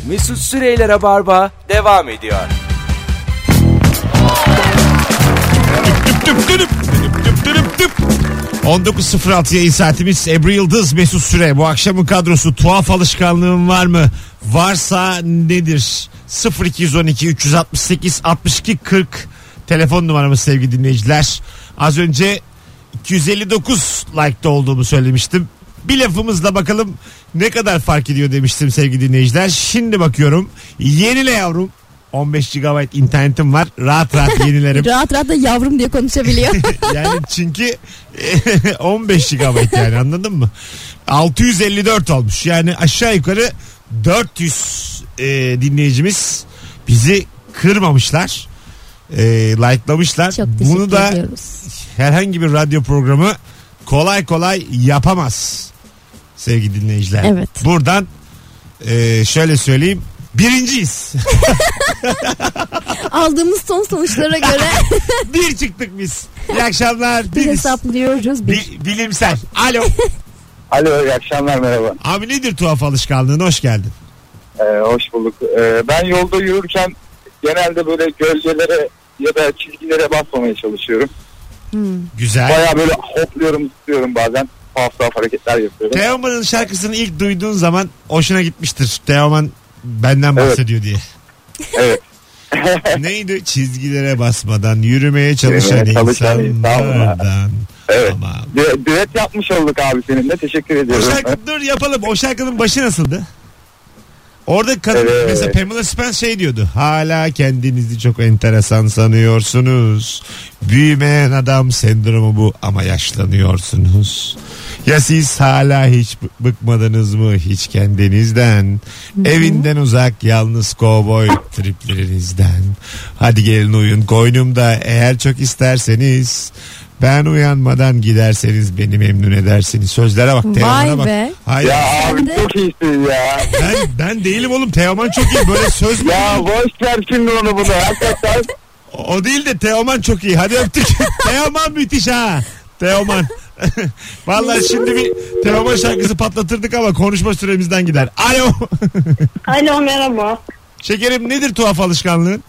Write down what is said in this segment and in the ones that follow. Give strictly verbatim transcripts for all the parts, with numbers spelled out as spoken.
Mesut Süreyler'e barba devam ediyor. Tüp tüp tüp tüp tüp tüp. on dokuz sıfır altı yayın saatimiz. Ebru Yıldız, Mesut Süre. Bu akşamın kadrosu. Tuhaf alışkanlığın var mı? Varsa nedir? sıfır iki on iki üç altı sekiz altmış iki kırk telefon numaramız sevgili dinleyiciler. Az önce iki yüz elli dokuz like'da olduğumu söylemiştim. Bir lafımızla bakalım ne kadar fark ediyor demiştim sevgili dinleyiciler. Şimdi bakıyorum. Yenile yavrum. on beş gigabayt internetim var. Rahat rahat yenilerim. Rahat rahat da yavrum diye konuşabiliyor. Yani çünkü on beş gigabayt yani, anladın mı? altı yüz elli dört olmuş. Yani aşağı yukarı dört yüz e, dinleyicimiz bizi kırmamışlar. E, like'lamışlar. Çok teşekkür Bunu da ediyoruz. herhangi bir radyo programı kolay kolay yapamaz sevgili dinleyiciler. Evet. Buradan e, şöyle söyleyeyim. Birinciyiz. Aldığımız son sonuçlara göre Bir çıktık biz. İyi akşamlar. bir Biriz. hesaplıyoruz. Bir. Bi- bilimsel. Alo. Alo, iyi akşamlar, merhaba. Abi nedir tuhaf alışkanlığın? Hoş geldin. Ee, hoş bulduk. Ee, ben yolda yürürken genelde böyle gölgelere ya da çizgilere basmamaya çalışıyorum. Hmm. Güzel. Baya böyle hopluyorum, zıplıyorum bazen. Tuhaf tuhaf hareketler yapıyorum. Teoman'ın şarkısını ilk duyduğun zaman hoşuna gitmiştir. Teoman benden bahsediyor diye. Evet. Neydi? Çizgilere basmadan yürümeye çalışan, Yürümeye çalışan insanlardan. Evet. Tamam. Dü- düet yapmış olduk abi seninle. Teşekkür O ediyorum. şarkı, dur yapalım. O şarkının başı nasıldı? Orada kadın Evet. mesela Pamela Spence şey diyordu. Hala kendinizi çok enteresan sanıyorsunuz. Büyümeyen adam sendromu bu ama yaşlanıyorsunuz. Ya siz hala hiç bıkmadınız mı hiç kendinizden? Hı-hı. Evinden uzak yalnız kovboy triplerinizden. Hadi gelin uyun koynumda eğer çok isterseniz. Ben uyanmadan giderseniz beni memnun edersiniz. Sözlere bak. Teoman'a bak. Be. Hayır. Ya abi çok iyisin ya. Ben, ben değilim oğlum. Teoman çok iyi. Böyle söz mü? Ya boş ver şimdi onu bunu. Hakikaten. O değil de Teoman çok iyi. Hadi öptük. Teoman müthiş ha. Teoman. Vallahi şimdi bir Teoman şarkısı patlatırdık ama konuşma süremizden gider. Alo. Alo, merhaba. Şekerim nedir tuhaf alışkanlığın?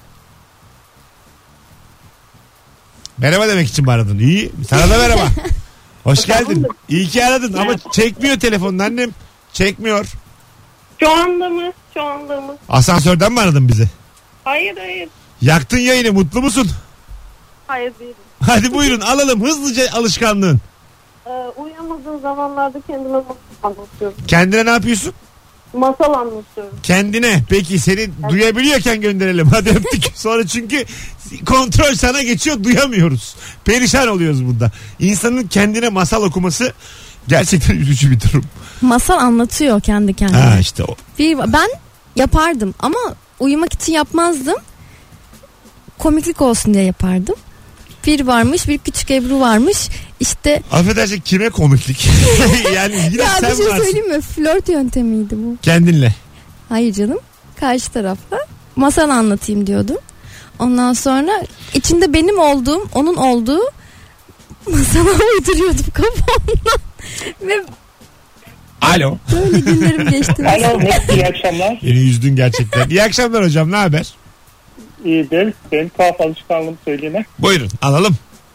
Merhaba demek için mi aradın? İyi. Sana da merhaba. Hoş geldin. İyi ki aradın ama çekmiyor telefonun annem. Çekmiyor. Şu anda mı? Şu anda mı? Asansörden mi aradın bizi? Hayır hayır. Yaktın yayını, mutlu musun? Hayır değilim. Hadi buyurun alalım hızlıca alışkanlığın. Ee, uyuyamadığım zamanlarda kendime masal anlatıyorum. Kendine ne yapıyorsun? Masal anlatıyorum. Kendine. Peki seni evet. Duyabiliyorken gönderelim. Hadi öptük. Sonra çünkü kontrol sana geçiyor, duyamıyoruz. Perişan oluyoruz burada. İnsanın kendine masal okuması gerçekten üzücü bir durum. Masal anlatıyor kendi kendine. Ha işte o. Bir, ben yapardım ama uyumak için yapmazdım. Komiklik olsun diye yapardım. Bir varmış, bir küçük Ebru varmış. İşte affedersin, kime komiklik? Yani yine ya sen bir şey varsın. söyleyeyim mi? Flört yöntemiydi bu. Kendinle. Hayır canım. Karşı tarafla masal anlatayım diyordum. Ondan sonra içinde benim olduğum, onun olduğu masala uyduruyordum kafamdan. Ve alo. böyle günlerim geçti. Alo, iyi akşamlar. Beni üzdün gerçekten. İyi akşamlar hocam, ne haber? İyidir. Benim tuhaf alışkanlığımı söyleyeyim. Buyurun alalım.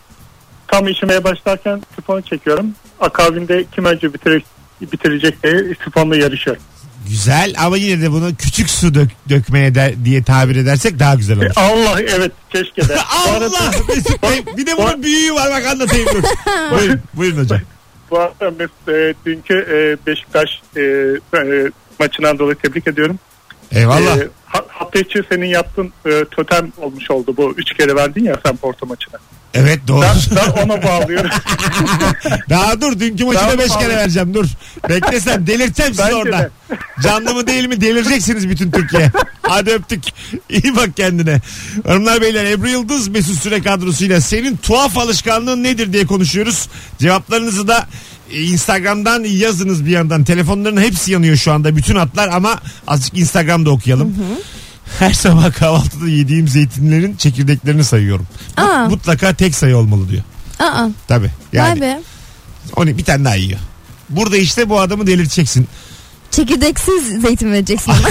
Tam işemeye başlarken sifonu çekiyorum. Akabinde kim önce bitirecek, bitirecek diye sifonla yarışıyorum. Güzel ama yine de bunu küçük su dök, dökmeye de, diye tabir edersek daha güzel olur. Allah, evet, keşke de. Allah Mesut Bey, bir de bunun büyüğü var, bak anlatayım dur. Buyurun, buyurun hocam. Bu arada Mesut, e, dünkü e, Beşiktaş e, e, maçından dolayı tebrik ediyorum. Eyvallah. E, hafta içi senin yaptığın e, totem olmuş oldu bu. Üç kere verdin ya sen Porto maçına. Evet doğru. Ben, ben ona bağlıyorum. Daha dur, dünkü maçı da beş kere vereceğim, dur. Bekle sen, delirteceğim sizi Bence orada. de. Canlı mı değil mi delireceksiniz bütün Türkiye. Hadi öptük. İyi bak kendine. Hanımlar beyler, Ebru Yıldız Mesut Süre kadrosuyla senin tuhaf alışkanlığın nedir diye konuşuyoruz. Cevaplarınızı da Instagram'dan yazınız bir yandan. Telefonların hepsi yanıyor şu anda, bütün hatlar, ama azıcık Instagram'da okuyalım. Hı hı. Her sabah kahvaltıda yediğim zeytinlerin çekirdeklerini sayıyorum. Aa. Mutlaka tek sayı olmalı diyor. Aa. Tabii. Yani Vay be. onu bir tane daha yiyor. Burada işte bu adamı delirteceksin. Çekirdeksiz zeytin vereceksin ona.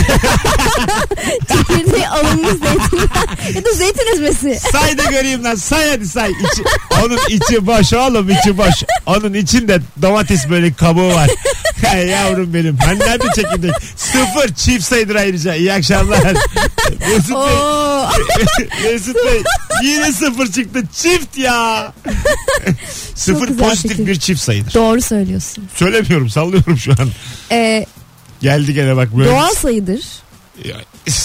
Çekirdeği alınmış zeytin. Ya da zeytin ezmesi. Say da göreyim lan, say hadi say. İçi, onun içi boş oğlum, içi boş. Onun içinde domates böyle kabuğu var. Hey yavrum benim. Hani nerede çekirdek? Sıfır, çift sayıdır ayrıca. İyi akşamlar. Mesut Bey. Mesut Bey yine sıfır çıktı. Çift ya. Sıfır güzel pozitif fikir. bir çift sayıdır. Doğru söylüyorsun. Söylemiyorum, sallıyorum şu an. Ee, Geldi gene bak böyle. doğal sayıdır. Ya,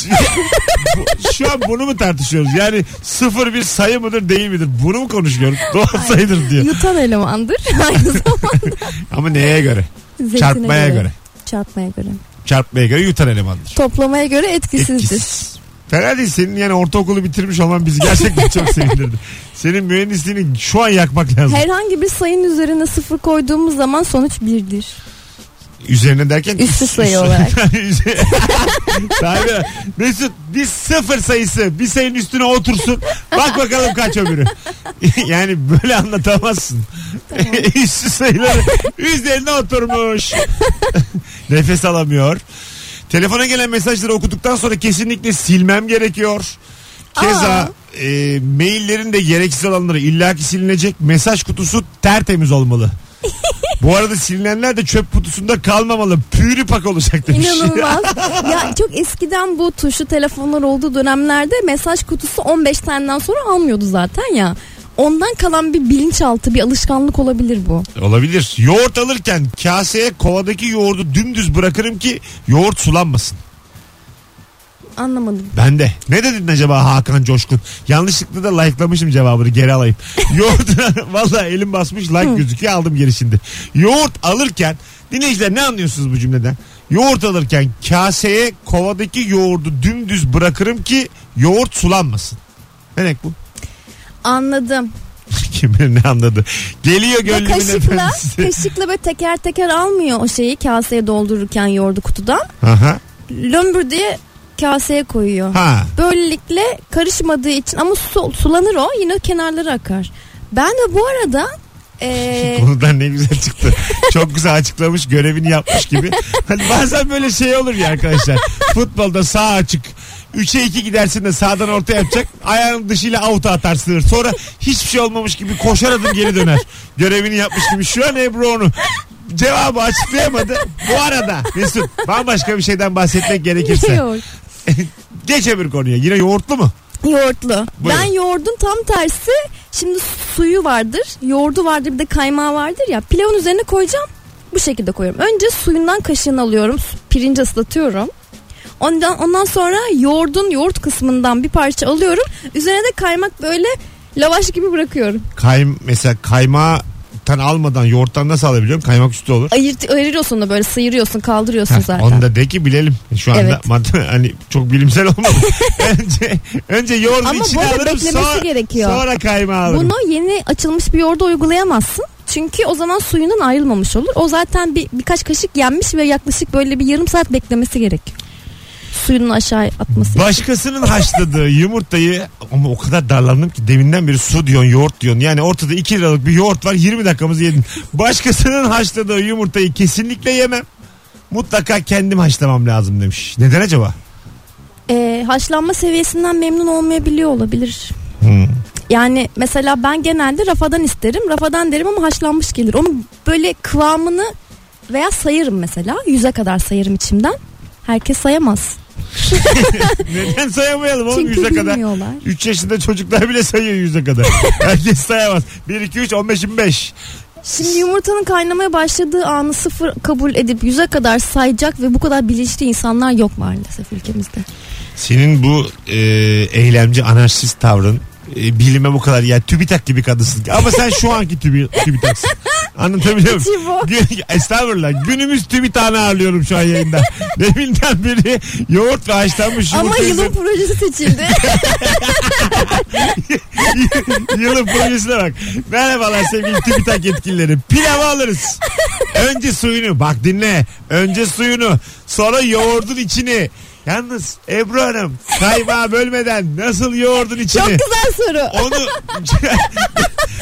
bu- şu an bunu mu tartışıyoruz? Yani sıfır bir sayı mıdır değil midir? Bunu mu konuşuyoruz? Doğal sayıdır diyor. Yutan elemandır. Aynı zamanda. Ama neye göre? Zeytine Çarpmaya göre. Çarpmaya göre. Çarpmaya göre yutan elemandır. Toplamaya göre etkisizdir. Etkisiz. Fena değil, senin yani ortaokulu bitirmiş olman bizi gerçekten çok sevindirdi. Senin mühendisliğini şu an yakmak lazım. Herhangi bir sayının üzerine sıfır koyduğumuz zaman sonuç birdir. Üzerine derken Üstü sayı olarak. Tabii. Mesut bir sıfır sayısı bir sayının üstüne otursun. Bak bakalım kaç öbürü. Yani böyle anlatamazsın. Üstü sayıları üzerine oturmuş. Nefes alamıyor. Telefona gelen mesajları okuduktan sonra kesinlikle silmem gerekiyor. Keza e, maillerin de gereksiz olanları illaki silinecek. Mesaj kutusu tertemiz olmalı. Bu arada silinenler de çöp kutusunda kalmamalı. Pürü pak olacak demiş. İnanılmaz. Ya çok eskiden bu tuşlu telefonlar olduğu dönemlerde mesaj kutusu on beş taneden sonra almıyordu zaten ya. Ondan kalan bir bilinçaltı, bir alışkanlık olabilir bu. Olabilir. Yoğurt alırken kaseye kovadaki yoğurdu dümdüz bırakırım ki yoğurt sulanmasın. Anlamadım. Ben de. Ne dedin acaba Hakan Coşkun? Yanlışlıkla da like'lamışım cevabını, geri alayım. Yoğurt vallahi elim basmış, like gözüküyor, aldım geri şimdi. Yoğurt alırken dinleyiciler ne anlıyorsunuz bu cümleden? Yoğurt alırken kaseye kovadaki yoğurdu dümdüz bırakırım ki yoğurt sulanmasın. Ne demek bu? Anladım. Kim bilir ne anladı. Geliyor Ve gönlümün kaşıkla, efendisi. kaşıkla böyle teker teker almıyor o şeyi kaseye doldururken yoğurdu kutudan. Aha. Lömbür diye kaseye koyuyor. Ha. Böylelikle karışmadığı için ama su, sulanır o, yine kenarları akar. Ben de bu arada ee... Konudan ne güzel çıktı. Çok güzel açıklamış, görevini yapmış gibi. Hani bazen böyle şey olur ya arkadaşlar. Futbolda sağ açık. üçe iki gidersin de sağdan orta yapacak. Ayağının dışıyla avuta atar sığır. Sonra hiçbir şey olmamış gibi koşar adım geri döner. Görevini yapmış gibi. Şu an Ebru onu cevabı açıklayamadı. Bu arada Mesut, bambaşka bir şeyden bahsetmek gerekirse. Yoğurt. Geç öbür konuya. Yine yoğurtlu mu? Yoğurtlu. Buyurun. Ben yoğurdun tam tersi. Şimdi suyu vardır, yoğurdu vardır, bir de kaymağı vardır ya. Pilavın üzerine koyacağım. Bu şekilde koyuyorum. Önce suyundan kaşığını alıyorum. Pirinci ıslatıyorum. Ondan, ondan sonra yoğurdun yoğurt kısmından bir parça alıyorum. Üzerine de kaymak böyle lavaş gibi bırakıyorum. Kaym mesela kaymağı almadan yoğurttan nasıl alabiliyorum? Kaymak üstü olur. Ayırt, ayırıyorsun da böyle sıyırıyorsun, kaldırıyorsun Heh, zaten. onu da de ki bilelim. Şu anda Evet. madde, hani çok bilimsel olmadı. önce önce yoğurdu Ama içine burada alırım, beklemesi sonra, gerekiyor. sonra kaymağı alırım. Bunu yeni açılmış bir yoğurda uygulayamazsın. Çünkü o zaman suyundan ayrılmamış olur. O zaten bir birkaç kaşık yenmiş ve yaklaşık böyle bir yarım saat beklemesi gerekiyor. Suyunu aşağı atması için. Başkasının haşladığı yumurtayı, ama o kadar darlandım ki deminden beri su diyorsun, yoğurt diyorsun. Yani ortada iki liralık bir yoğurt var, yirmi dakikamızı yedin. Başkasının haşladığı yumurtayı kesinlikle yemem. Mutlaka kendim haşlamam lazım demiş. Neden acaba? Ee, haşlanma seviyesinden memnun olmayabiliyor olabilir. Hmm. Yani mesela ben genelde rafadan isterim. Rafadan derim ama haşlanmış gelir. Onun böyle kıvamını veya sayarım mesela. Yüze kadar sayarım içimden. Herkes sayamaz. Neden sayamayalım oğlum Çünkü yüze kadar? bilmiyorlar. üç yaşında çocuklar bile sayıyor yüze kadar. Herkes sayamaz. bir, iki, üç, on beş, yirmi beş. Şimdi yumurtanın kaynamaya başladığı anı sıfır kabul edip yüze kadar sayacak ve bu kadar bilinçli insanlar yok maalesef ülkemizde. Senin bu e, eylemci anarşist tavrın, e, bilime bu kadar, yani TÜBİTAK gibi kadınsın. Ama sen şu anki TÜBİ, TÜBİTAK'sın. Anlatabiliyor muyum? Gün, estağfurullah. Günümüz TÜBİTAK'ını ağırlıyorum şu an yayında. Deminden beri yoğurt ve haşlanmış yumurta. Ama yılın projesi seçildi. Yılın projesine bak. Merhabalar sevgili TÜBİTAK yetkilileri. Pilavı alırız. Önce suyunu, bak dinle. Önce suyunu, sonra yoğurdun içini. Yalnız Ebru Hanım, kaymağı bölmeden nasıl yoğurdun içini? Çok güzel soru. Onu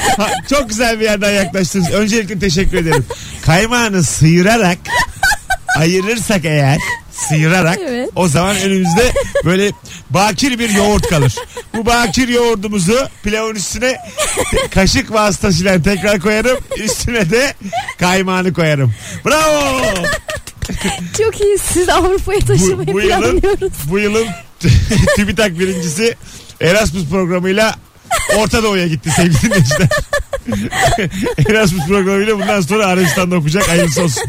çok güzel bir yerden yaklaştınız. Öncelikle teşekkür ederim. Kaymağını sıyırarak ayırırsak eğer sıyırarak Evet. o zaman önümüzde böyle bakir bir yoğurt kalır. Bu bakir yoğurdumuzu pilavın üstüne kaşık vasıtasıyla tekrar koyarım. Üstüne de kaymağını koyarım. Bravo. Çok iyi, siz Avrupa'ya taşımayı Bu, bu yılın, planlıyoruz. bu yılın TÜBİTAK birincisi Erasmus programıyla Orta Doğu'ya gitti sevgili dinleyiciler. Erasmus programıyla bundan sonra Arabistan'da okuyacak. Hayırlısı olsun.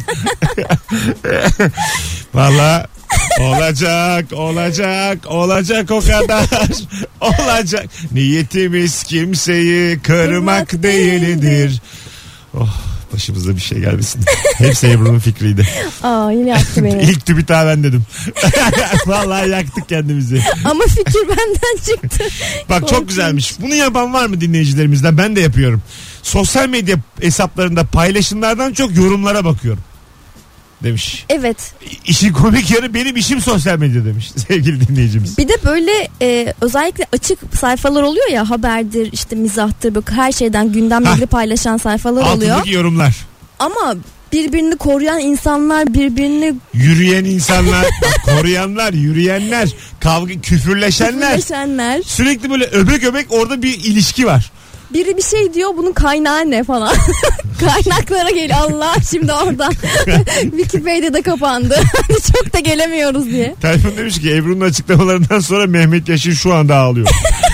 Valla olacak, olacak, olacak o kadar. Olacak. Niyetimiz kimseyi kırmak değildir. Oh, başımıza bir şey gelmesin. Hepsi Ebru'nun fikriydi. Aa, yine yaktı beni. İlk TÜBİTAK ben dedim. Vallahi yaktık kendimizi. Ama fikir benden çıktı. Bak çok Korkunç. güzelmiş. Bunu yapan var mı dinleyicilerimizden? Ben de yapıyorum. Sosyal medya hesaplarında paylaşımlardan çok yorumlara bakıyorum. Demiş. Evet. İşin komik yanı benim işim sosyal medya demiş sevgili dinleyicimiz. Bir de böyle e, özellikle açık sayfalar oluyor ya, haberdir işte mizahtır, böyle her şeyden gündemle Hah. ilgili paylaşan sayfalar oluyor. Altındaki yorumlar. Ama birbirini koruyan insanlar, birbirini Yürüyen insanlar, koruyanlar, yürüyenler, kavga, küfürleşenler. küfürleşenler. Sürekli böyle öbek öbek orada bir ilişki var. Biri bir şey diyor, bunun kaynağı ne falan. Kaynaklara geliyor. Allah, şimdi oradan Wikipedia'da kapandı. Çok da gelemiyoruz diye. Tayfun demiş ki Ebru'nun açıklamalarından sonra Mehmet Yaşar şu anda ağlıyor.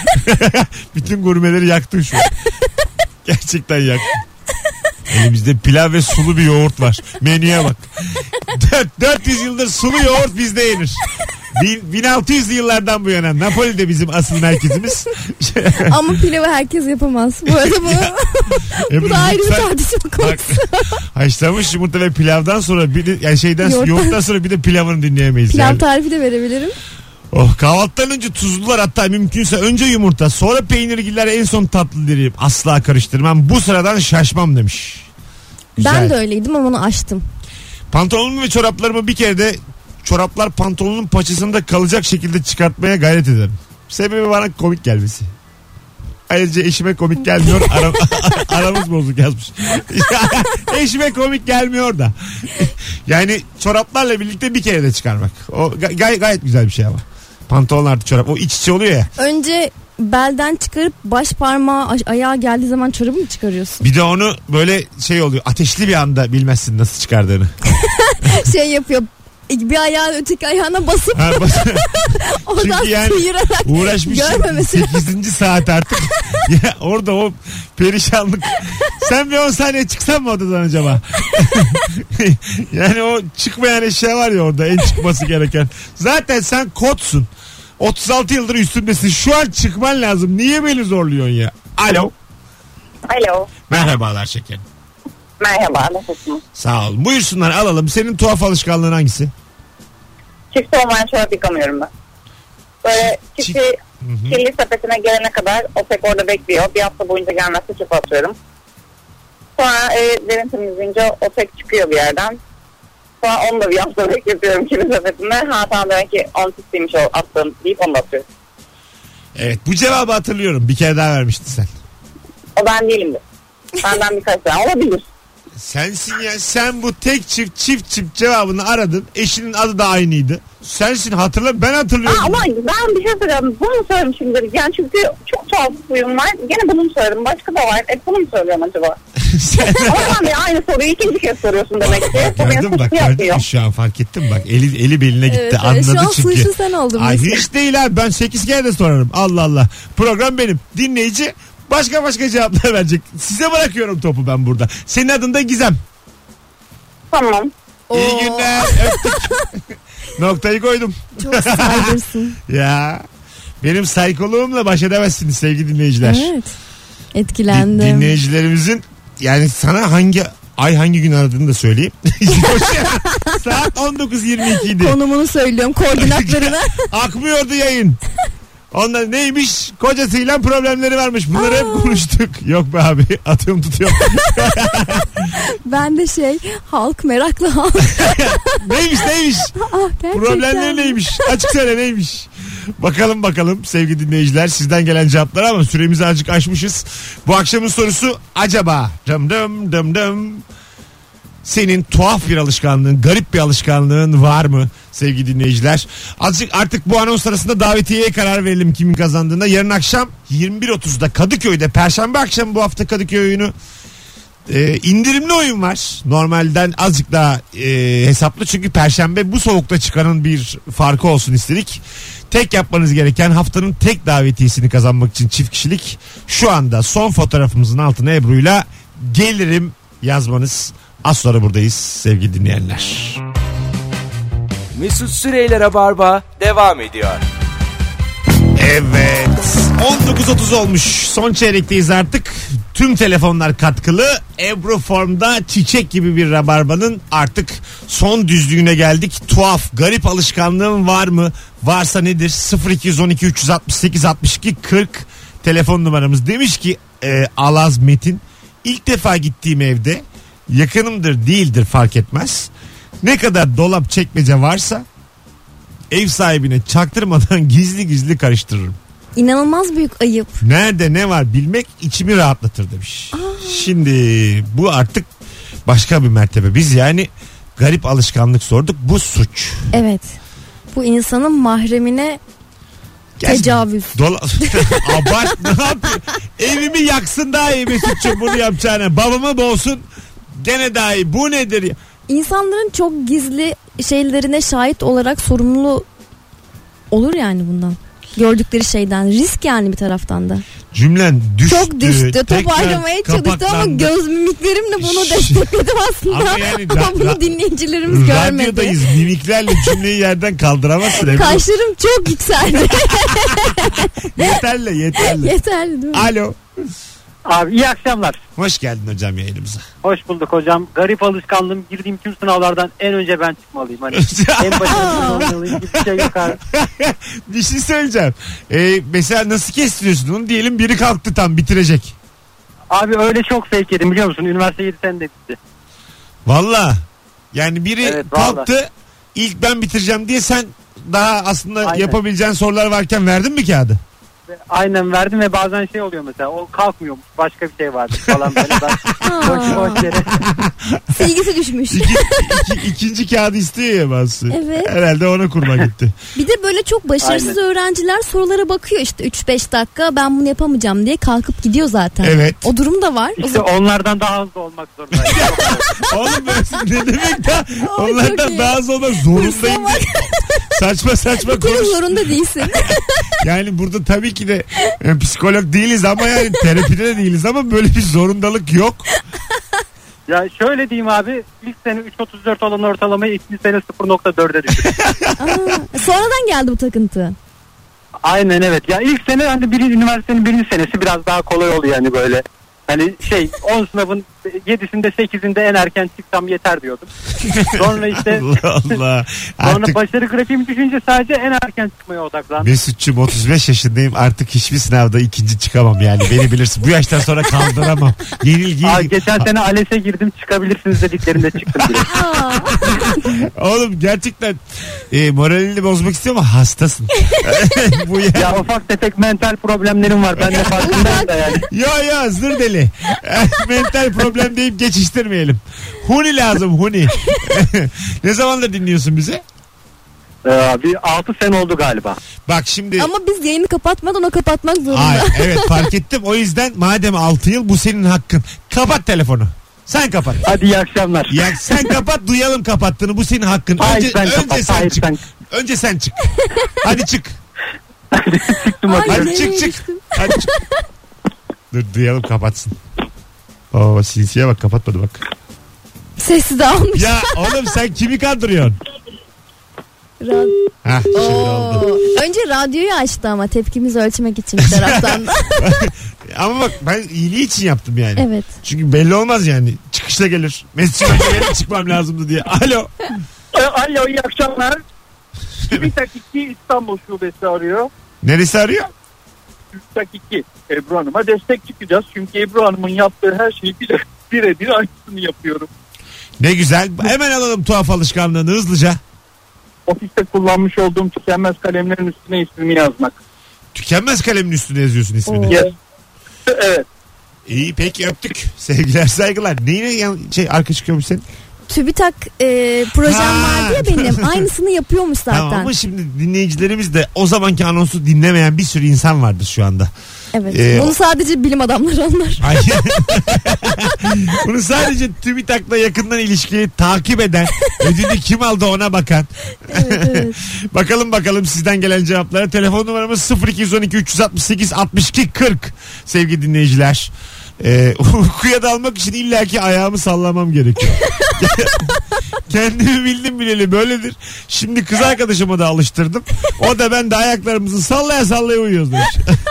Bütün gurmeleri yaktın şu an. Gerçekten yaktın. Elimizde pilav ve sulu bir yoğurt var. Menüye bak. dört yüz yıldır sulu yoğurt bizde yenir. bin altı yüzlü yıllardan bu yana Napoli'de bizim asıl merkezimiz. Ama pilavı herkes yapamaz. Bu arada bu, Ebru, bu da ayrı bir lütfen- tartışma Bak, konusu. haşlanmış yumurta ve pilavdan sonra bir de yani şeyden Yoğurttan- yoğurttan sonra bir de pilavını dinleyemeyiz. Pilav yani. tarifi de verebilirim. Oh, kahvaltıdan önce tuzlular, hatta mümkünse önce yumurta sonra peynirgiller, en son tatlı diriyim. Asla karıştırmam. Bu sıradan şaşmam demiş. Güzel. Ben de öyleydim ama onu aştım. Pantolonumu ve çoraplarımı bir kere de çoraplar pantolonun paçasında kalacak şekilde çıkartmaya gayret ederim. Sebebi bana komik gelmesi. Ayrıca eşime komik gelmiyor. Aram, aramız bozuk yazmış. Eşime komik gelmiyor da. Yani çoraplarla birlikte bir kere de çıkarmak. O gay- gayet güzel bir şey ama. Pantolon artı çorap. O iç içe oluyor ya. Önce belden çıkarıp baş parmağı a- ayağa geldiği zaman çorabı mı çıkarıyorsun? Bir de onu böyle şey oluyor. Ateşli bir anda bilmezsin nasıl çıkardığını. Şey yapıyor. Bir ayağın öteki ayağına basıp Ha, bas- oradan Çünkü yani sıyırarak uğraşmışsın görmemesi. sekizinci saat artık. Ya orada o perişanlık. Sen bir on saniye çıksan mı odadan acaba? Yani o çıkmayan eşya var ya orada, en çıkması gereken. Zaten sen kotsun. otuz altı yıldır üstündesin. Şu an çıkman lazım. Niye beni zorluyorsun ya? Alo. Alo. Merhabalar şekerim. Merhaba. Nasılsınız? Sağ ol. Buyursunlar, alalım. Senin tuhaf alışkanlığın hangisi? Çift olmayan çorap yıkamıyorum ben. Böyle çifti Hı-hı. kirli sepetine gelene kadar o pek orada bekliyor. Bir hafta boyunca gelmezse çöpe atıyorum. Sonra evlerin temizleyince o pek çıkıyor bir yerden. Sonra onu da bir hafta bekletiyorum kirli sepetinde. Ha tamam, demek ki on pisiymiş o attığım deyip onu da atıyorum. Evet, bu cevabı hatırlıyorum. Bir kere daha vermiştin sen. O ben değilimdir. Benden birkaç tane olabilir. Sensin ya, sen bu tek çift çift çift cevabını aradın. Eşinin adı da aynıydı. Sensin, hatırla, ben hatırlıyorum. Aa, ama ben bir şey söylüyorum. Bunu mu söylemişimdir? Yani çünkü çok tuhaf huyum var. Gene bunu mu söyledim? Başka da var. E bunu mu söylüyorum acaba? Sen... Ama sen de aynı soruyu ikinci kez soruyorsun demek ki. Bak, Bu beni gördün bak, suçlu gördün yapıyor. mü şu an, fark ettin mi? Bak eli, eli beline gitti, Evet, evet. anladı Şu an çünkü. suçlu sen oldun. Ay mesela. hiç değil abi, ben sekiz kere de sorarım. Allah Allah. Program benim. Dinleyici başka başka cevaplar verecek. Size bırakıyorum topu ben burada. Senin adın da Gizem. Tamam. İyi Oo. günler. Öptük. Noktayı koydum. Çok saydırsın. Ya benim saykoluğumla baş edemezsiniz sevgili dinleyiciler. Evet. Din- Etkilendim. dinleyicilerimizin yani sana hangi ay hangi gün aradığını da söyleyeyim. Saat on dokuz yirmi iki idi. Konumunu söylüyorum, koordinatlarını. Akmıyordu yayın. Ondan neymiş? Kocasıyla problemleri varmış. Bunları hep konuştuk. Yok be abi, atıyorum tutuyorum. Ben de şey, halk meraklı halk. Neymiş neymiş? Ah, gerçekten. Problemleri neymiş? Açık söyle neymiş? Bakalım bakalım sevgili dinleyiciler, sizden gelen cevaplar, ama süremizi azıcık aşmışız. Bu akşamın sorusu acaba dım dım dım dım senin tuhaf bir alışkanlığın, garip bir alışkanlığın var mı sevgili dinleyiciler? Azıcık artık bu anons arasında davetiyeye karar verelim kimin kazandığına. Yarın akşam yirmi bir otuzda Kadıköy'de, Perşembe akşamı bu hafta Kadıköy oyunu. Ee, indirimli oyun var. Normalden azıcık daha e, hesaplı. Çünkü Perşembe bu soğukta çıkanın bir farkı olsun istedik. Tek yapmanız gereken haftanın tek davetiyesini kazanmak için çift kişilik. Şu anda son fotoğrafımızın altına Ebru'yla gelirim yazmanız. Az sonra buradayız sevgili dinleyenler. Mesut Süreyler'e barba devam ediyor. Evet, on dokuz otuz olmuş, son çeyrekteyiz artık. Tüm telefonlar katkılı. Ebru Form'da çiçek gibi bir rabarbanın artık son düzlüğüne geldik. Tuhaf, garip alışkanlığın var mı? Varsa nedir? sıfır iki on iki üç altı sekiz altmış iki kırk telefon numaramız. Demiş ki e, Alaz Metin, ilk defa gittiğim evde, yakınımdır değildir fark etmez, ne kadar dolap çekmece varsa ev sahibine çaktırmadan gizli gizli karıştırırım. İnanılmaz büyük ayıp. Nerede ne var bilmek içimi rahatlatır demiş. Aa. Şimdi bu artık başka bir mertebe. Biz yani garip alışkanlık sorduk. Bu suç. Evet. Bu insanın mahremine Gerçi tecavüz. Dola... Abart, ne yapıyor? Evimi yaksın daha iyi Mesut'cum bunu yapacağına. Babamı boğsun gene daha iyi. Bu nedir ya? İnsanların çok gizli şeylerine şahit olarak sorumlu olur yani bundan. Gördükleri şeyden. Risk yani bir taraftan da. Cümlen düştü. Çok düştü. Toparlamaya çalıştım ama göz mimiklerimle bunu destekledim aslında. Ama, yani, ama bunu ra- dinleyicilerimiz görmedi. Radyodayız. Mimiklerle cümleyi yerden kaldıramazsın. Kaşlarım çok yükseldi. yeterli yeterli. Yeterli değil mi? Alo. Abi iyi akşamlar. Hoş geldin hocam yayınımıza. Hoş bulduk hocam. Garip alışkanlığım, girdiğim tüm sınavlardan en önce ben çıkmalıyım. Hani en başarılı olmalıyım gibi bir şey yok abi. Bir şey söyleyeceğim. Ee, mesela nasıl kestiriyorsun onu? Diyelim biri kalktı tam bitirecek. Abi öyle çok fake yedim biliyor musun? Üniversite yedi senede bitti. Valla. Yani biri evet, kalktı vallahi. İlk ben bitireceğim diye sen daha aslında Aynen. yapabileceğin sorular varken verdin mi kağıdı? Aynen verdim ve bazen şey oluyor mesela o kalkmıyormuş başka bir şey vardı falan böyle ben boş boş yere. Silgisi düşmüş. İki, iki, ikinci kağıdı istiyor ya bazısı. Evet. Herhalde ona kurma gitti. Bir de böyle çok başarısız Aynen. öğrenciler sorulara bakıyor işte üç beş dakika ben bunu yapamayacağım diye kalkıp gidiyor zaten. Evet. O durum da var. İşte o zaman... onlardan daha hızlı olmak zorundayım. Oğlum ne demek ya? Onlardan daha hızlı olmak zorundayım. Saçma saçma konuş. Bir zorunda değilsin. Yani burada tabii ki de yani psikolog değiliz ama yani terapide de değiliz ama böyle bir zorundalık yok. Ya şöyle diyeyim abi, ilk sene üç otuz dört olan ortalamayı ikinci sene sıfır nokta dörde düştü. Sonradan geldi bu takıntı. Aynen evet. Ya ilk sene hani bir üniversitenin birinci senesi biraz daha kolay oluyor yani böyle. Hani şey on sınavın yedisinde sekizinde en erken çıksam yeter diyordum. Sonra işte Allah Allah. Sonra artık... başarı grafiğim düşünce sadece en erken çıkmaya odaklandım. Mesut'cum otuz beş yaşındayım artık hiçbir sınavda ikinci çıkamam yani beni bilirsin. Bu yaştan sonra kaldıramam. Yenilgiyi... Aa, geçen sene ALES'e girdim çıkabilirsiniz dediklerinde çıktım bile. Oğlum gerçekten e, moralini bozmak istiyor ama hastasın. Bu yani... Ya ufak tefek mental problemlerim var ben de farkındayım da yani. Ya ya zır deli. Mental problem deyip geçiştirmeyelim. Huni lazım huni. Ne zamandır dinliyorsun bizi? Ee, bir altı sene oldu galiba. Bak şimdi. Ama biz yayını kapatmadan o kapatmak zorunda. Hayır, evet fark ettim. O yüzden madem altı yıl bu senin hakkın. Kapat telefonu. Sen kapat. Hadi iyi akşamlar. Ya sen kapat duyalım kapattığını. Bu senin hakkın. Hayır, önce sen önce kapat, sen hayır, çık. sen... Önce sen çık. Hadi çık. Çıktım Ay, hadi. Hadi çık çık. Hadi çık. Dur duyalım kapatsın. Oo sinsiye bak kapatmadı bak. Sesi de almış. Ya oğlum sen kimi kandırıyorsun? Rad- Hah şimdi oldu. Önce radyoyu açtı ama tepkimizi ölçmek için bir taraftan da. Ama bak ben iyiliği için yaptım yani. Evet. Çünkü belli olmaz yani. Çıkışla gelir. Mesut'un önce çıkmam lazımdı diye. Alo. Alo iyi akşamlar. TÜBİTAK iki İstanbul Şubesi arıyor. Neresi arıyor? TÜBİTAK iki Ebru Hanım'a destek çıkacağız. Çünkü Ebru Hanım'ın yaptığı her şeyi bire, birebir aynısını yapıyorum. Ne güzel. Hemen alalım tuhaf alışkanlığını hızlıca. Ofiste kullanmış olduğum tükenmez kalemlerin üstüne ismimi yazmak. Tükenmez kalemin üstüne yazıyorsun ismini. Yes. Evet. İyi peki öptük. Sevgiler saygılar. Neyine yan, şey arka çıkıyormuş senin? TÜBİTAK e, projem Ha. vardı ya benim. Aynısını yapıyormuş zaten. Tamam ama şimdi dinleyicilerimiz de o zamanki anonsu dinlemeyen bir sürü insan vardır şu anda. Evet. Ee, Bunu sadece bilim adamları anlar. Hayır. Bunu sadece TÜBİTAK'la yakından ilişkiyi takip eden, ödülü kim aldı ona bakan. Evet, evet. Bakalım bakalım sizden gelen cevaplara. Telefon numaramız sıfır iki on iki üç altı sekiz altmış iki kırk sevgili dinleyiciler. Ee, uykuya dalmak için illaki ayağımı sallamam gerekiyor. Kendimi bildim bileli böyledir. Şimdi kız arkadaşıma da alıştırdım. O da ben de ayaklarımızı sallaya sallaya uyuyoruz demiş.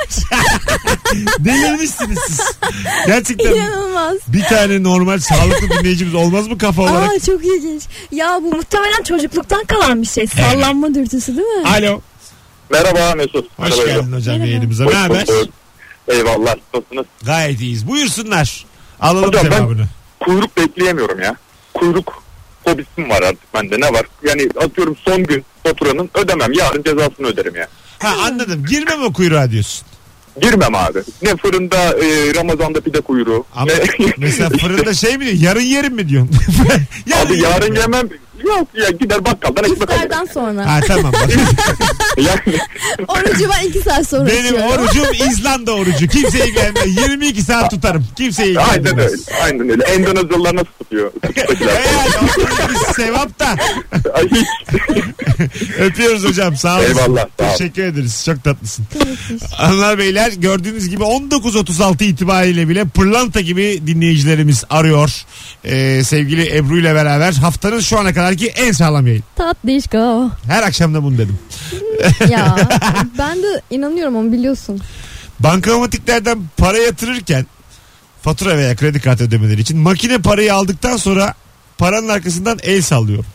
Delirmişsiniz siz. Gerçekten İnanılmaz. bir tane normal sağlıklı dinleyicimiz olmaz mı kafa olarak? Aa, çok ilginç. Ya bu muhtemelen çocukluktan kalan bir şey. Sallanma dürtüsü değil mi? Alo. Merhaba Mesut. Hoş Merhaba. geldin hocam Merhaba. yayınımıza. Ne haber? Eyvallah. Nasılsınız? Gayet iyiyiz. Buyursunlar. Alalım Hocam ben- cevabını. Kuyruk bekleyemiyorum ya. Kuyruk hobisim var artık bende. Ne var? Yani atıyorum son gün faturanın ödemem. Yarın cezasını öderim ya. Ha anladım. Girmem o kuyruğa diyorsun. Girmem abi. Ne fırında e, Ramazan'da pide kuyruğu. Ama ne... mesela fırında şey mi diyor? Yarın yerim mi diyorsun? Abi yarın yerim. yemem. Yok ya gider bakkaldan ekmek alırım. İftardan sonra. Ha tamam. Yani Orucu ben iki saat sonra Benim açıyorum. orucum İzlanda orucu. Kimse ilgilenmez. yirmi iki saat tutarım. Kimse ilgilenmez. aynen öyle. Aynen öyle. Endonezyalılar nasıl tutuyor? Evet. O sevap da. Ay, hiç. Öpüyoruz hocam. Sağ olun. Eyvallah, sağ ol. Teşekkür ederiz. Çok tatlısın. Hanımlar beyler gördüğünüz gibi on dokuz otuz altı itibariyle bile pırlanta gibi dinleyicilerimiz arıyor. Ee, sevgili Ebru ile beraber haftanın şu ana kadarki en sağlam yayın. Tatlışko. Her akşam da bunu dedim. Ya ben de inanıyorum onu biliyorsun. Bankamatiklerden para yatırırken fatura veya kredi kartı ödemeleri için makine parayı aldıktan sonra paranın arkasından el sallıyor.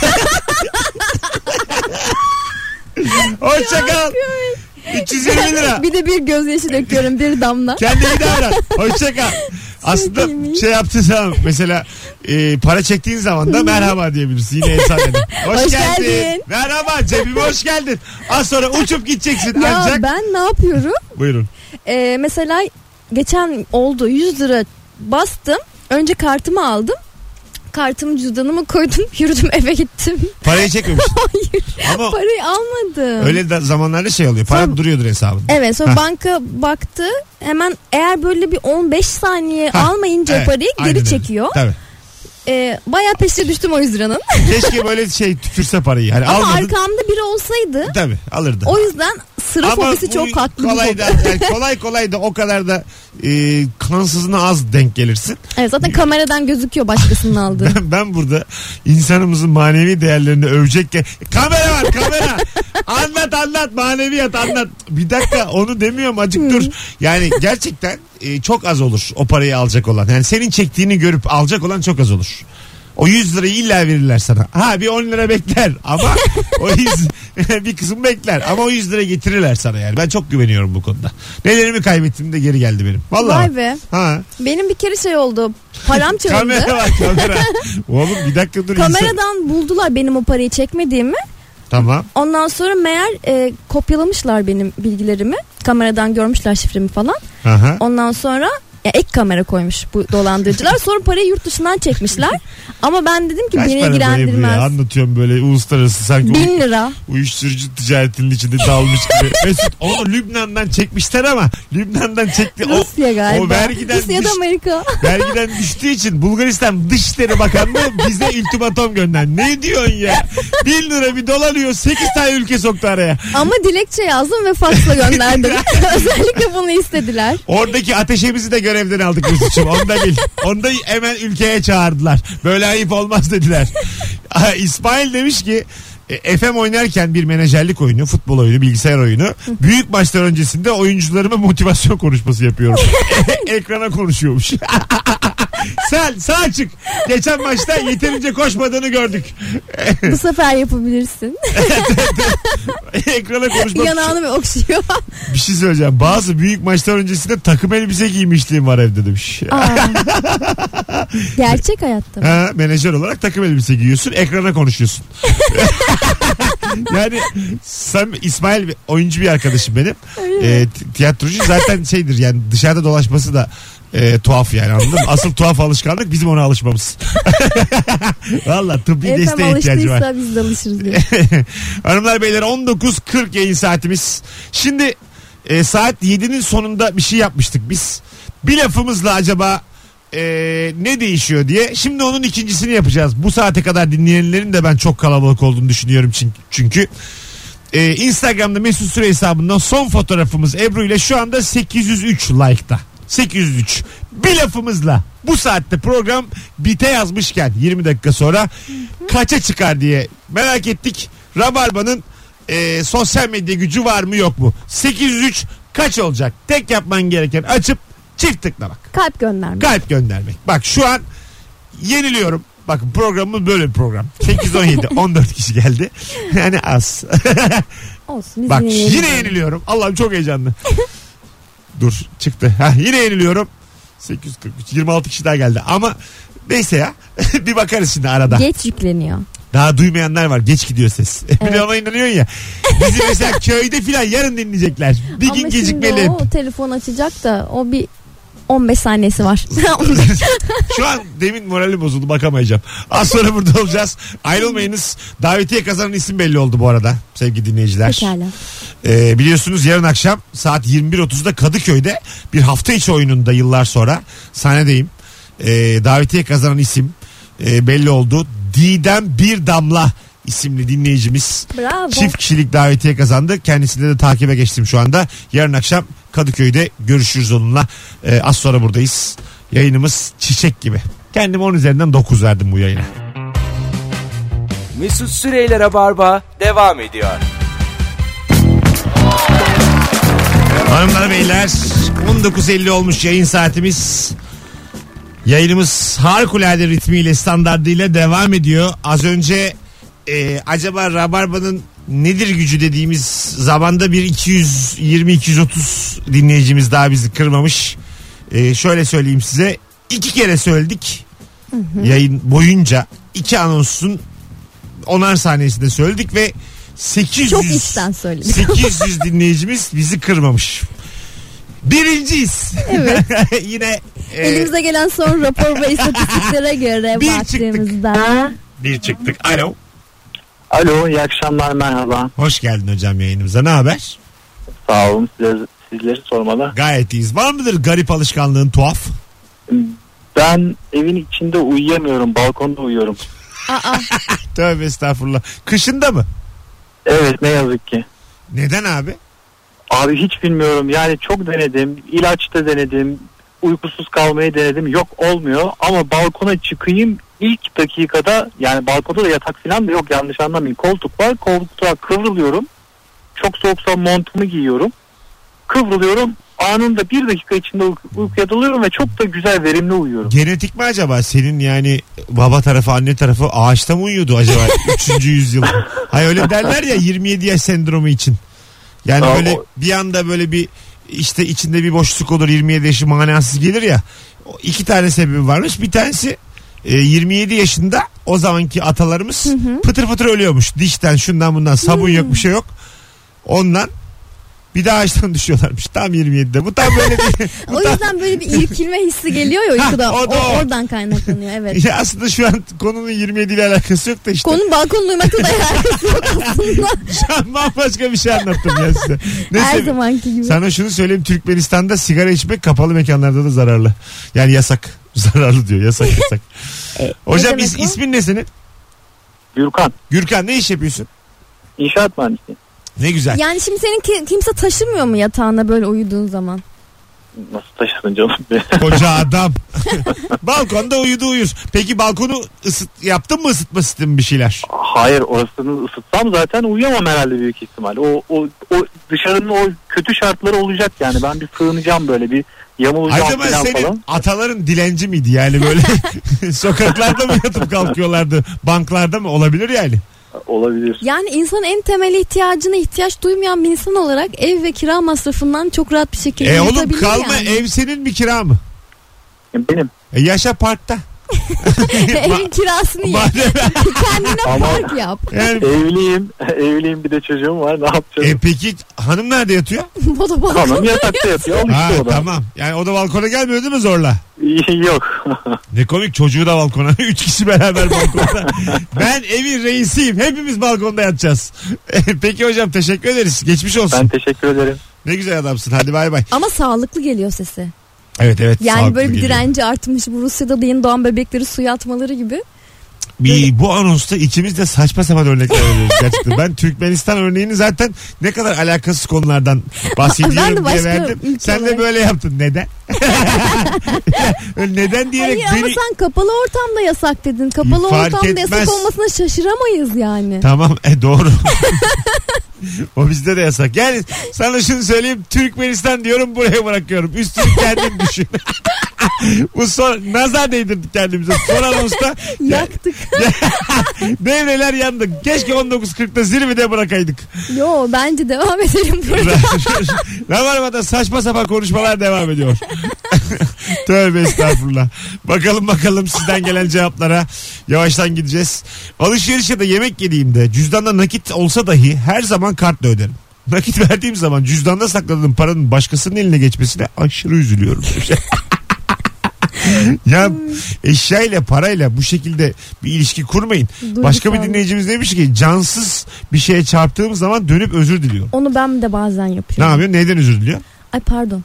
Hoşça kal. üç yüz yirmi lira. Bir de bir gözyaşı döküyorum bir damla. Kendine davran. Hoşça kal. Aslında iyiymiş. şey yaptığın zaman mesela e, para çektiğin zaman da merhaba diyebilirsin. Yine el salladın. Hoş, Hoş geldin. geldin. Merhaba cebime hoş geldin. Az sonra uçup gideceksin Ya ancak. ben ne yapıyorum? Buyurun. Ee, mesela geçen oldu yüz lira bastım. Önce kartımı aldım. Kartımı cüzdanıma koydum. Yürüdüm eve gittim. Parayı çekmemişsin. Hayır. Ama Parayı almadım. öyle de zamanlarda şey oluyor. Para Sonra- duruyordur hesabında. Evet sonra Hah. banka baktı. Hemen eğer böyle bir on beş saniye Hah, almayınca evet, parayı aynen geri öyle. çekiyor. Tabii. Ee, bayağı peşine düştüm o yüz liranın. Keşke böyle şey tükürse parayı. Hani Ama almadın. arkamda biri olsaydı Tabii alırdı. o yüzden sıra Ama fobisi bu çok haklı bir kolay fobi. da, yani kolay kolay da o kadar da e, kansızına az denk gelirsin. Evet zaten kameradan gözüküyor başkasının aldığı. Ben, ben burada insanımızın manevi değerlerini övecekken kamera var kamera anlat anlat maneviyat anlat bir dakika onu demiyorum acık dur yani gerçekten e, çok az olur o parayı alacak olan yani senin çektiğini görüp alacak olan çok az olur. O yüz lirayı illa verirler sana. Ha bir on lira bekler ama o yüz bir kısım bekler ama o yüz lira getirirler sana yani. Ben çok güveniyorum bu konuda. Nelerimi kaybettim de geri geldi benim. Vallahi. Vay be. Ha. Benim bir kere şey oldu. Param çalındı. Kamera var kamera. Oğlum bir dakika dur. insan- Kameradan buldular benim o parayı çekmediğimi. Tamam. Ondan sonra meğer e, kopyalamışlar benim bilgilerimi. Kameradan görmüşler şifremi falan. Aha. Ondan sonra ya ek kamera koymuş bu dolandırıcılar. Sonra parayı yurt dışından çekmişler. Ama ben dedim ki Kaç beni para böyle bu ya? ilgilendirmez. Anlatıyorum böyle uluslararası sanki Bin uy- lira. uyuşturucu ticaretinin içinde dalmış gibi. Mesut onu Lübnan'dan çekmişler ama Lübnan'dan çekti. O, Rusya galiba. o vergiden Rusya ya da düş- Amerika. vergiden düştüğü için Bulgaristan Dışişleri Bakanlığı bize ultimatom gönder. Ne diyorsun ya? Bin lira bir dolanıyor. Sekiz tane ülke soktu araya. Ama dilekçe yazdım ve faksla gönderdim. Özellikle bunu istediler. Oradaki ateşemizi de görevden aldık Mesut'cum. Onu da bil. Onu da hemen ülkeye çağırdılar. Böyle ayıp olmaz dediler. Aha, İsmail demiş ki e, F M oynarken bir menajerlik oyunu, futbol oyunu, bilgisayar oyunu. Büyük maçlar öncesinde oyuncularıma motivasyon konuşması yapıyorum. E, ekrana konuşuyormuş. Sen sağ çık. Geçen maçta yeterince koşmadığını gördük. Bu sefer yapabilirsin. Ekrana konuşmak. Yanağını bir okşuyor. Bir şey söyleyeceğim. Bazı büyük maçlar öncesinde takım elbise giymişliğim var evde demiş. Aa. Gerçek hayatta mı? Ha, menajer olarak takım elbise giyiyorsun, ekrana konuşuyorsun. Yani Sam, İsmail oyuncu bir arkadaşım benim. E, tiyatrocu zaten şeydir yani dışarıda dolaşması da e, tuhaf yani, anladın mı? Asıl tuhaf alışkanlık bizim ona alışmamız. Valla tıbbi Efendim desteğe ihtiyacı var. alıştıysa biz de alışırız diye. Hanımlar beyler on dokuz kırk yayın saatimiz. Şimdi e, saat yedinin sonunda bir şey yapmıştık biz. Bir lafımızla acaba e, ne değişiyor diye. Şimdi onun ikincisini yapacağız. Bu saate kadar dinleyenlerin de ben çok kalabalık olduğunu düşünüyorum çünkü. çünkü. E, Instagram'da Mesut Süre hesabından son fotoğrafımız Ebru ile şu anda sekiz yüz üç like'ta. sekiz yüz üç. Bir lafımızla bu saatte program bite yazmışken yirmi dakika sonra kaça çıkar diye merak ettik. Rabarba'nın e, sosyal medya gücü var mı yok mu? sekiz yüz üç kaç olacak? Tek yapman gereken açıp çift tıklamak. Kalp göndermek. Kalp göndermek. Bak şu an yeniliyorum. Bakın programımız böyle bir program. sekiz on yedi on dört kişi geldi. Yani az. Olsun. Biz Bak yine yine yeniliyoruz. yeniliyorum. Allah'ım çok heyecanlı. Dur çıktı. Heh, yine yeniliyorum. sekiz yüz kırk üç yirmi altı kişi daha geldi. Ama neyse ya. Bir bakarız şimdi arada. Geç yükleniyor. Daha duymayanlar var. Geç gidiyor ses. Evet. Bir de ona inanıyorsun ya. Bizi mesela köyde filan yarın dinleyecekler. Bir Ama gün şimdi gecikmeli. o telefon açacak da o bir on beş saniyesi var. Şu an demin morali bozuldu, bakamayacağım. Az sonra burada olacağız. Ayrılmayınız. Davetiye kazanan isim belli oldu bu arada sevgili dinleyiciler. Pekala. Ee, biliyorsunuz yarın akşam saat yirmi bir otuzda Kadıköy'de bir hafta içi oyununda yıllar sonra sahnedeyim. Ee, davetiye kazanan isim e, belli oldu. Didem Bir Damla isimli dinleyicimiz. Bravo. Çift kişilik davetiye kazandı. Kendisini de takibe geçtim şu anda. Yarın akşam Kadıköy'de görüşürüz onunla. Ee, az sonra buradayız. Yayınımız çiçek gibi. Kendim on üzerinden dokuz verdim bu yayına. Mesut Süreyler'e barba devam ediyor. Hanımlar beyler on dokuz elli olmuş yayın saatimiz. Yayınımız harikulade ritmiyle, standardıyla devam ediyor. Az önce e, acaba Rabarba'nın nedir gücü dediğimiz zamanda bir iki yüz yirmi iki yüz otuz dinleyicimiz daha bizi kırmamış. E, şöyle söyleyeyim size, iki kere söyledik. Hı hı. Yayın boyunca iki anonsun onar saniyesinde söyledik ve sekiz yüz Çok içten söyledik. sekiz yüz dinleyicimiz bizi kırmamış. Birinciyiz. Evet. Yine e, elimize gelen son rapor ve istatistiklere göre Bir baktığımızda bir çıktık. Alo. Alo, iyi akşamlar, merhaba. Hoş geldin hocam yayınımıza. Ne haber? Sağ olun, sizleri, sizleri sormalı. Gayet iyiyiz. Var mıdır garip alışkanlığın, tuhaf? Ben evin içinde uyuyamıyorum, balkonda uyuyorum. Aa, Tövbe estağfurullah. Kışında mı? Evet, ne yazık ki. Neden abi? Abi hiç bilmiyorum, yani çok denedim, ilaç da denedim, uykusuz kalmayı denedim, yok olmuyor. Ama balkona çıkayım ilk dakikada, yani balkonda da yatak falan da yok, yanlış anlamayın, koltuk var, koltukta kıvrılıyorum. Çok soğuksa montumu giyiyorum, kıvrılıyorum, anında bir dakika içinde uyku, uykuya dalıyorum ve çok da güzel, verimli uyuyorum. Genetik mi acaba? Senin yani baba tarafı anne tarafı ağaçta mı uyuyordu acaba üçüncü yüzyıl? Hayır öyle derler ya yirmi yedi yaş sendromu için. Yani Aa, böyle o... bir anda böyle bir işte içinde bir boşluk olur, yirmi yedi yaşı manasız gelir ya. İki tane sebebi varmış. Bir tanesi e, yirmi yedi yaşında o zamanki atalarımız hı hı. pıtır pıtır ölüyormuş. Dişten şundan bundan, sabun hmm. yok bir şey yok. Ondan bir daha ağaçtan düşüyorlarmış. Tam yirmi yedide. Bu tam böyle bir... o yüzden tam... böyle bir irkilme hissi geliyor ya uykuda. Ha, o, o, oradan kaynaklanıyor, evet. Ya aslında şu an konunun yirmi yedi ile alakası yok da işte. Konunun balkonda uyumakta da alakası yok aslında. Şu an bambaşka bir şey anlattım ya size. Neyse, her zamanki gibi. Sana şunu söyleyeyim, Türkmenistan'da sigara içmek kapalı mekanlarda da zararlı. Yani yasak. Zararlı diyor, yasak yasak. e, Hocam is, ismin ne senin? Gürkan. Gürkan, ne iş yapıyorsun? İnşaat mühendisi. Ne güzel. Yani şimdi senin ki, kimse taşımıyor mu yatağına böyle uyuduğun zaman? Nasıl taşısın canım? Koca adam. Balkonda uyudu uyur. Peki balkonu ısıt, yaptın mı ısıtma sistemi bir şeyler? Hayır, orasını ısıtsam zaten uyuyamam herhalde büyük ihtimal. O, o, o dışarının o kötü şartları olacak yani. Ben bir sığınacağım, böyle bir yamulacağım acaba falan senin falan. ataların dilenci miydi yani böyle sokaklarda mı yatıp kalkıyorlardı, banklarda mı, olabilir yani? Olabilir. Yani insanın en temel ihtiyacına ihtiyaç duymayan bir insan olarak ev ve kira masrafından çok rahat bir şekilde E yatabilir oğlum kalma yani. Ev senin mi kira mı? Benim. E yaşa parkta. Evin kirasını ye. Kendine Ama- fark yap. Yani, Evliyim. Evliyim, bir de çocuğum var. Ne yapacağız? e, peki hanım nerede yatıyor? O da balkon. Hanım yatakta yatıyor. Alıştı Ha, o da. tamam. Yani o da balkona gelmiyor değil mi zorla? Yok. Ne komik, çocuğu da balkona. Üç kişi beraber balkonda. Ben evin reisiyim. Hepimiz balkonda yatacağız. Peki hocam, teşekkür ederiz. Geçmiş olsun. Ben teşekkür ederim. Ne güzel adamsın. Hadi bay bay. Ama sağlıklı geliyor sesi. Evet evet. Yani sağlıklı böyle bir geliyor. direnci artmış, bu Rusya'da da yeni doğan bebekleri suya atmaları gibi. Bir, bu anonsta ikimiz de saçma sapan örnekler veriyoruz gerçekten. Ben Türkmenistan örneğini zaten ne kadar alakasız konulardan Ben bahsediyorum de diye başka verdim. ülke Sen de olarak- böyle yaptın. Neden? Neden diyerek Hayır ama beni... sen kapalı ortamda yasak dedin. Kapalı Fark ortamda etmez. yasak olmasına şaşıramayız yani. Tamam, e doğru. O bizde de yasak. Yani sana şunu söyleyeyim, Türkmenistan diyorum, buraya bırakıyorum. Üstünü kendin düşün. Bu son nazar değdirdik kendimize. Son anonsta Yaktık. devreler yandı. Keşke on dokuz kırkta zirvede bırakaydık. Yo, bence devam edelim burada. Rabarba'da saçma sapan konuşmalar devam ediyor. Tövbe estağfurullah. Bakalım bakalım sizden gelen cevaplara. Yavaştan gideceğiz. Alışveriş ya da yemek yediğimde cüzdanda nakit olsa dahi her zaman kartla öderim. Nakit verdiğim zaman cüzdanda sakladığım paranın başkasının eline geçmesine aşırı üzülüyorum. Ya eşya ile parayla bu şekilde bir ilişki kurmayın. Duygusal. Başka bir dinleyicimiz demiş ki cansız bir şeye çarptığım zaman dönüp özür diliyorum. Onu ben de bazen Ne yapıyorum. yapıyorsun? Neyden özür diliyor? Ay pardon.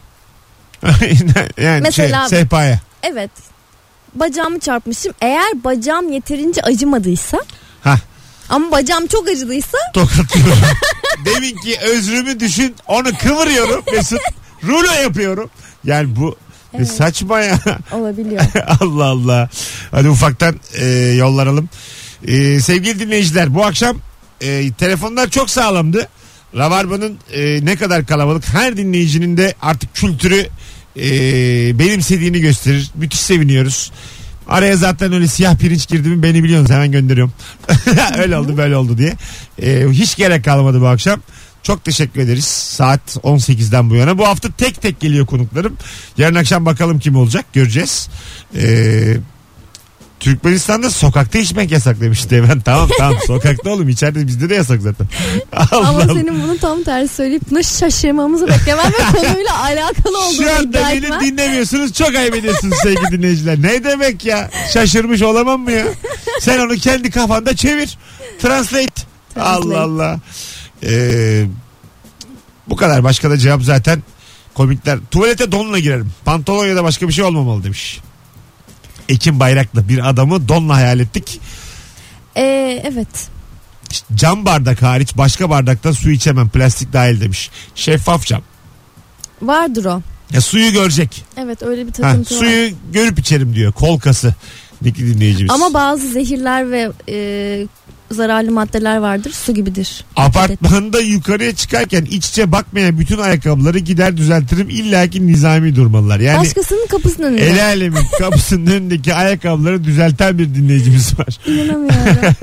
Yani Mesela- şey, sehpaya. Evet. Bacağımı çarpmışım. Eğer bacağım yeterince acımadıysa, Hah. ama bacağım çok acıdıysa Tokatlıyorum. Demin ki özrümü düşün, onu kıvırıyorum Mesut. Rulo yapıyorum. Yani bu ne Evet. saçma ya. olabiliyor. Allah Allah. Hadi ufaktan e, yollanalım. E, sevgili dinleyiciler, bu akşam e, telefonlar çok sağlamdı. Rabarba'nın e, ne kadar kalabalık, her dinleyicinin de artık kültürü e, benimsediğini gösterir. Müthiş seviniyoruz. Araya zaten öyle siyah pirinç girdi mi beni biliyorsunuz, hemen gönderiyorum. Öyle oldu böyle oldu diye. E, hiç gerek kalmadı bu akşam. Çok teşekkür ederiz. Saat on sekizden bu yana. Bu hafta tek tek geliyor konuklarım. Yarın akşam bakalım kim olacak, göreceğiz. Eee Türkmenistan'da sokakta içmek yasak demiş Deven. Tamam tamam, sokakta oğlum, içeride bizde de yasak zaten. Allah Ama Allah. senin bunu tam tersi söyleyip buna şaşırmamızı beklemem ve konuyla alakalı olduğunu Şu anda iddia beni etmem. dinlemiyorsunuz, çok ayıp ediyorsunuz sevgili dinleyiciler. Ne demek ya? Şaşırmış olamam mı ya? Sen onu kendi kafanda çevir. Translate. Allah Allah. Ee, bu kadar, başka da cevap zaten komikler. Tuvalete donla girerim. Pantolon ya da başka bir şey olmamalı demiş. Ekim Bayraklı, bir adamı donla hayal ettik. Ee, evet. İşte cam bardak hariç başka bardakta su içemem, plastik dahil demiş. Şeffaf cam. Vardır o. Ya suyu görecek. Evet, öyle bir Ha, takıntı var. suyu görüp içerim diyor. Kol kası. Dikli dinleyicimiz. Ama bazı zehirler ve e, zararlı maddeler vardır. Su gibidir. Apartmanda yukarıya çıkarken iç içe bakmayan bütün ayakkabıları gider düzeltirim. İlla ki nizami durmalılar. Yani Başkasının kapısının önünde. el alemin kapısının önündeki ayakkabıları düzelten bir dinleyicimiz var. İnanamıyorum.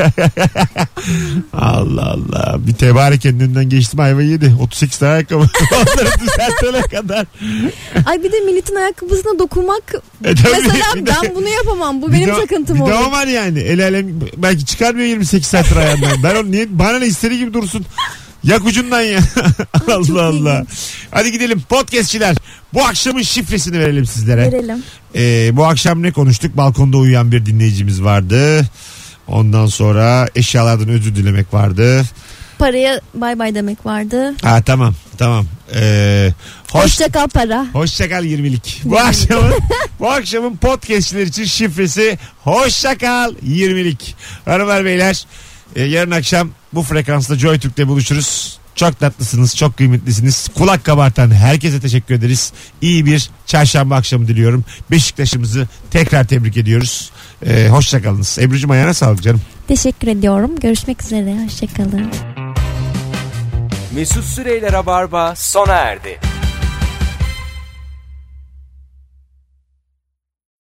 Allah Allah. Bir tebarekenin önünden geçtim, ayva yedi. otuz sekiz tane ayakkabı. Onları düzeltene kadar. Ay bir de milletin ayakkabısına dokunmak. E tabii, Mesela bir de- ben bunu yapamam. Bu Bir benim de- takıntım bir de olur. o var yani. El alem belki çıkarmıyor yirmi sekiz saattir ayağından. Ben onu niye, bana ne, istediği gibi dursun. Yak ucundan ya. Allah Allah. Hadi gidelim podcastçiler. Bu akşamın şifresini verelim sizlere. Verelim. Ee, bu akşam ne konuştuk? Balkonda uyuyan bir dinleyicimiz vardı. Ondan sonra eşyalardan özür dilemek vardı. Paraya bay bay demek vardı. Ha tamam tamam. Ee, hoş, Hoşça kal para. hoşçakal yirmilik. Bu akşamın bu akşamın podcastçiler için şifresi hoşçakal yirmilik. Hanımlar beyler, e, yarın akşam bu frekansta Joy Türk'te buluşuruz. Çok tatlısınız, çok kıymetlisiniz. Kulak kabartan herkese teşekkür ederiz. İyi bir çarşamba akşamı diliyorum. Beşiktaş'ımızı tekrar tebrik ediyoruz. Ee, hoşçakalınız. Ebru'cum ayağına sağlık canım. Teşekkür ediyorum. Görüşmek üzere. Hoşça kalın. Mesut Süreyler'e barba sona erdi.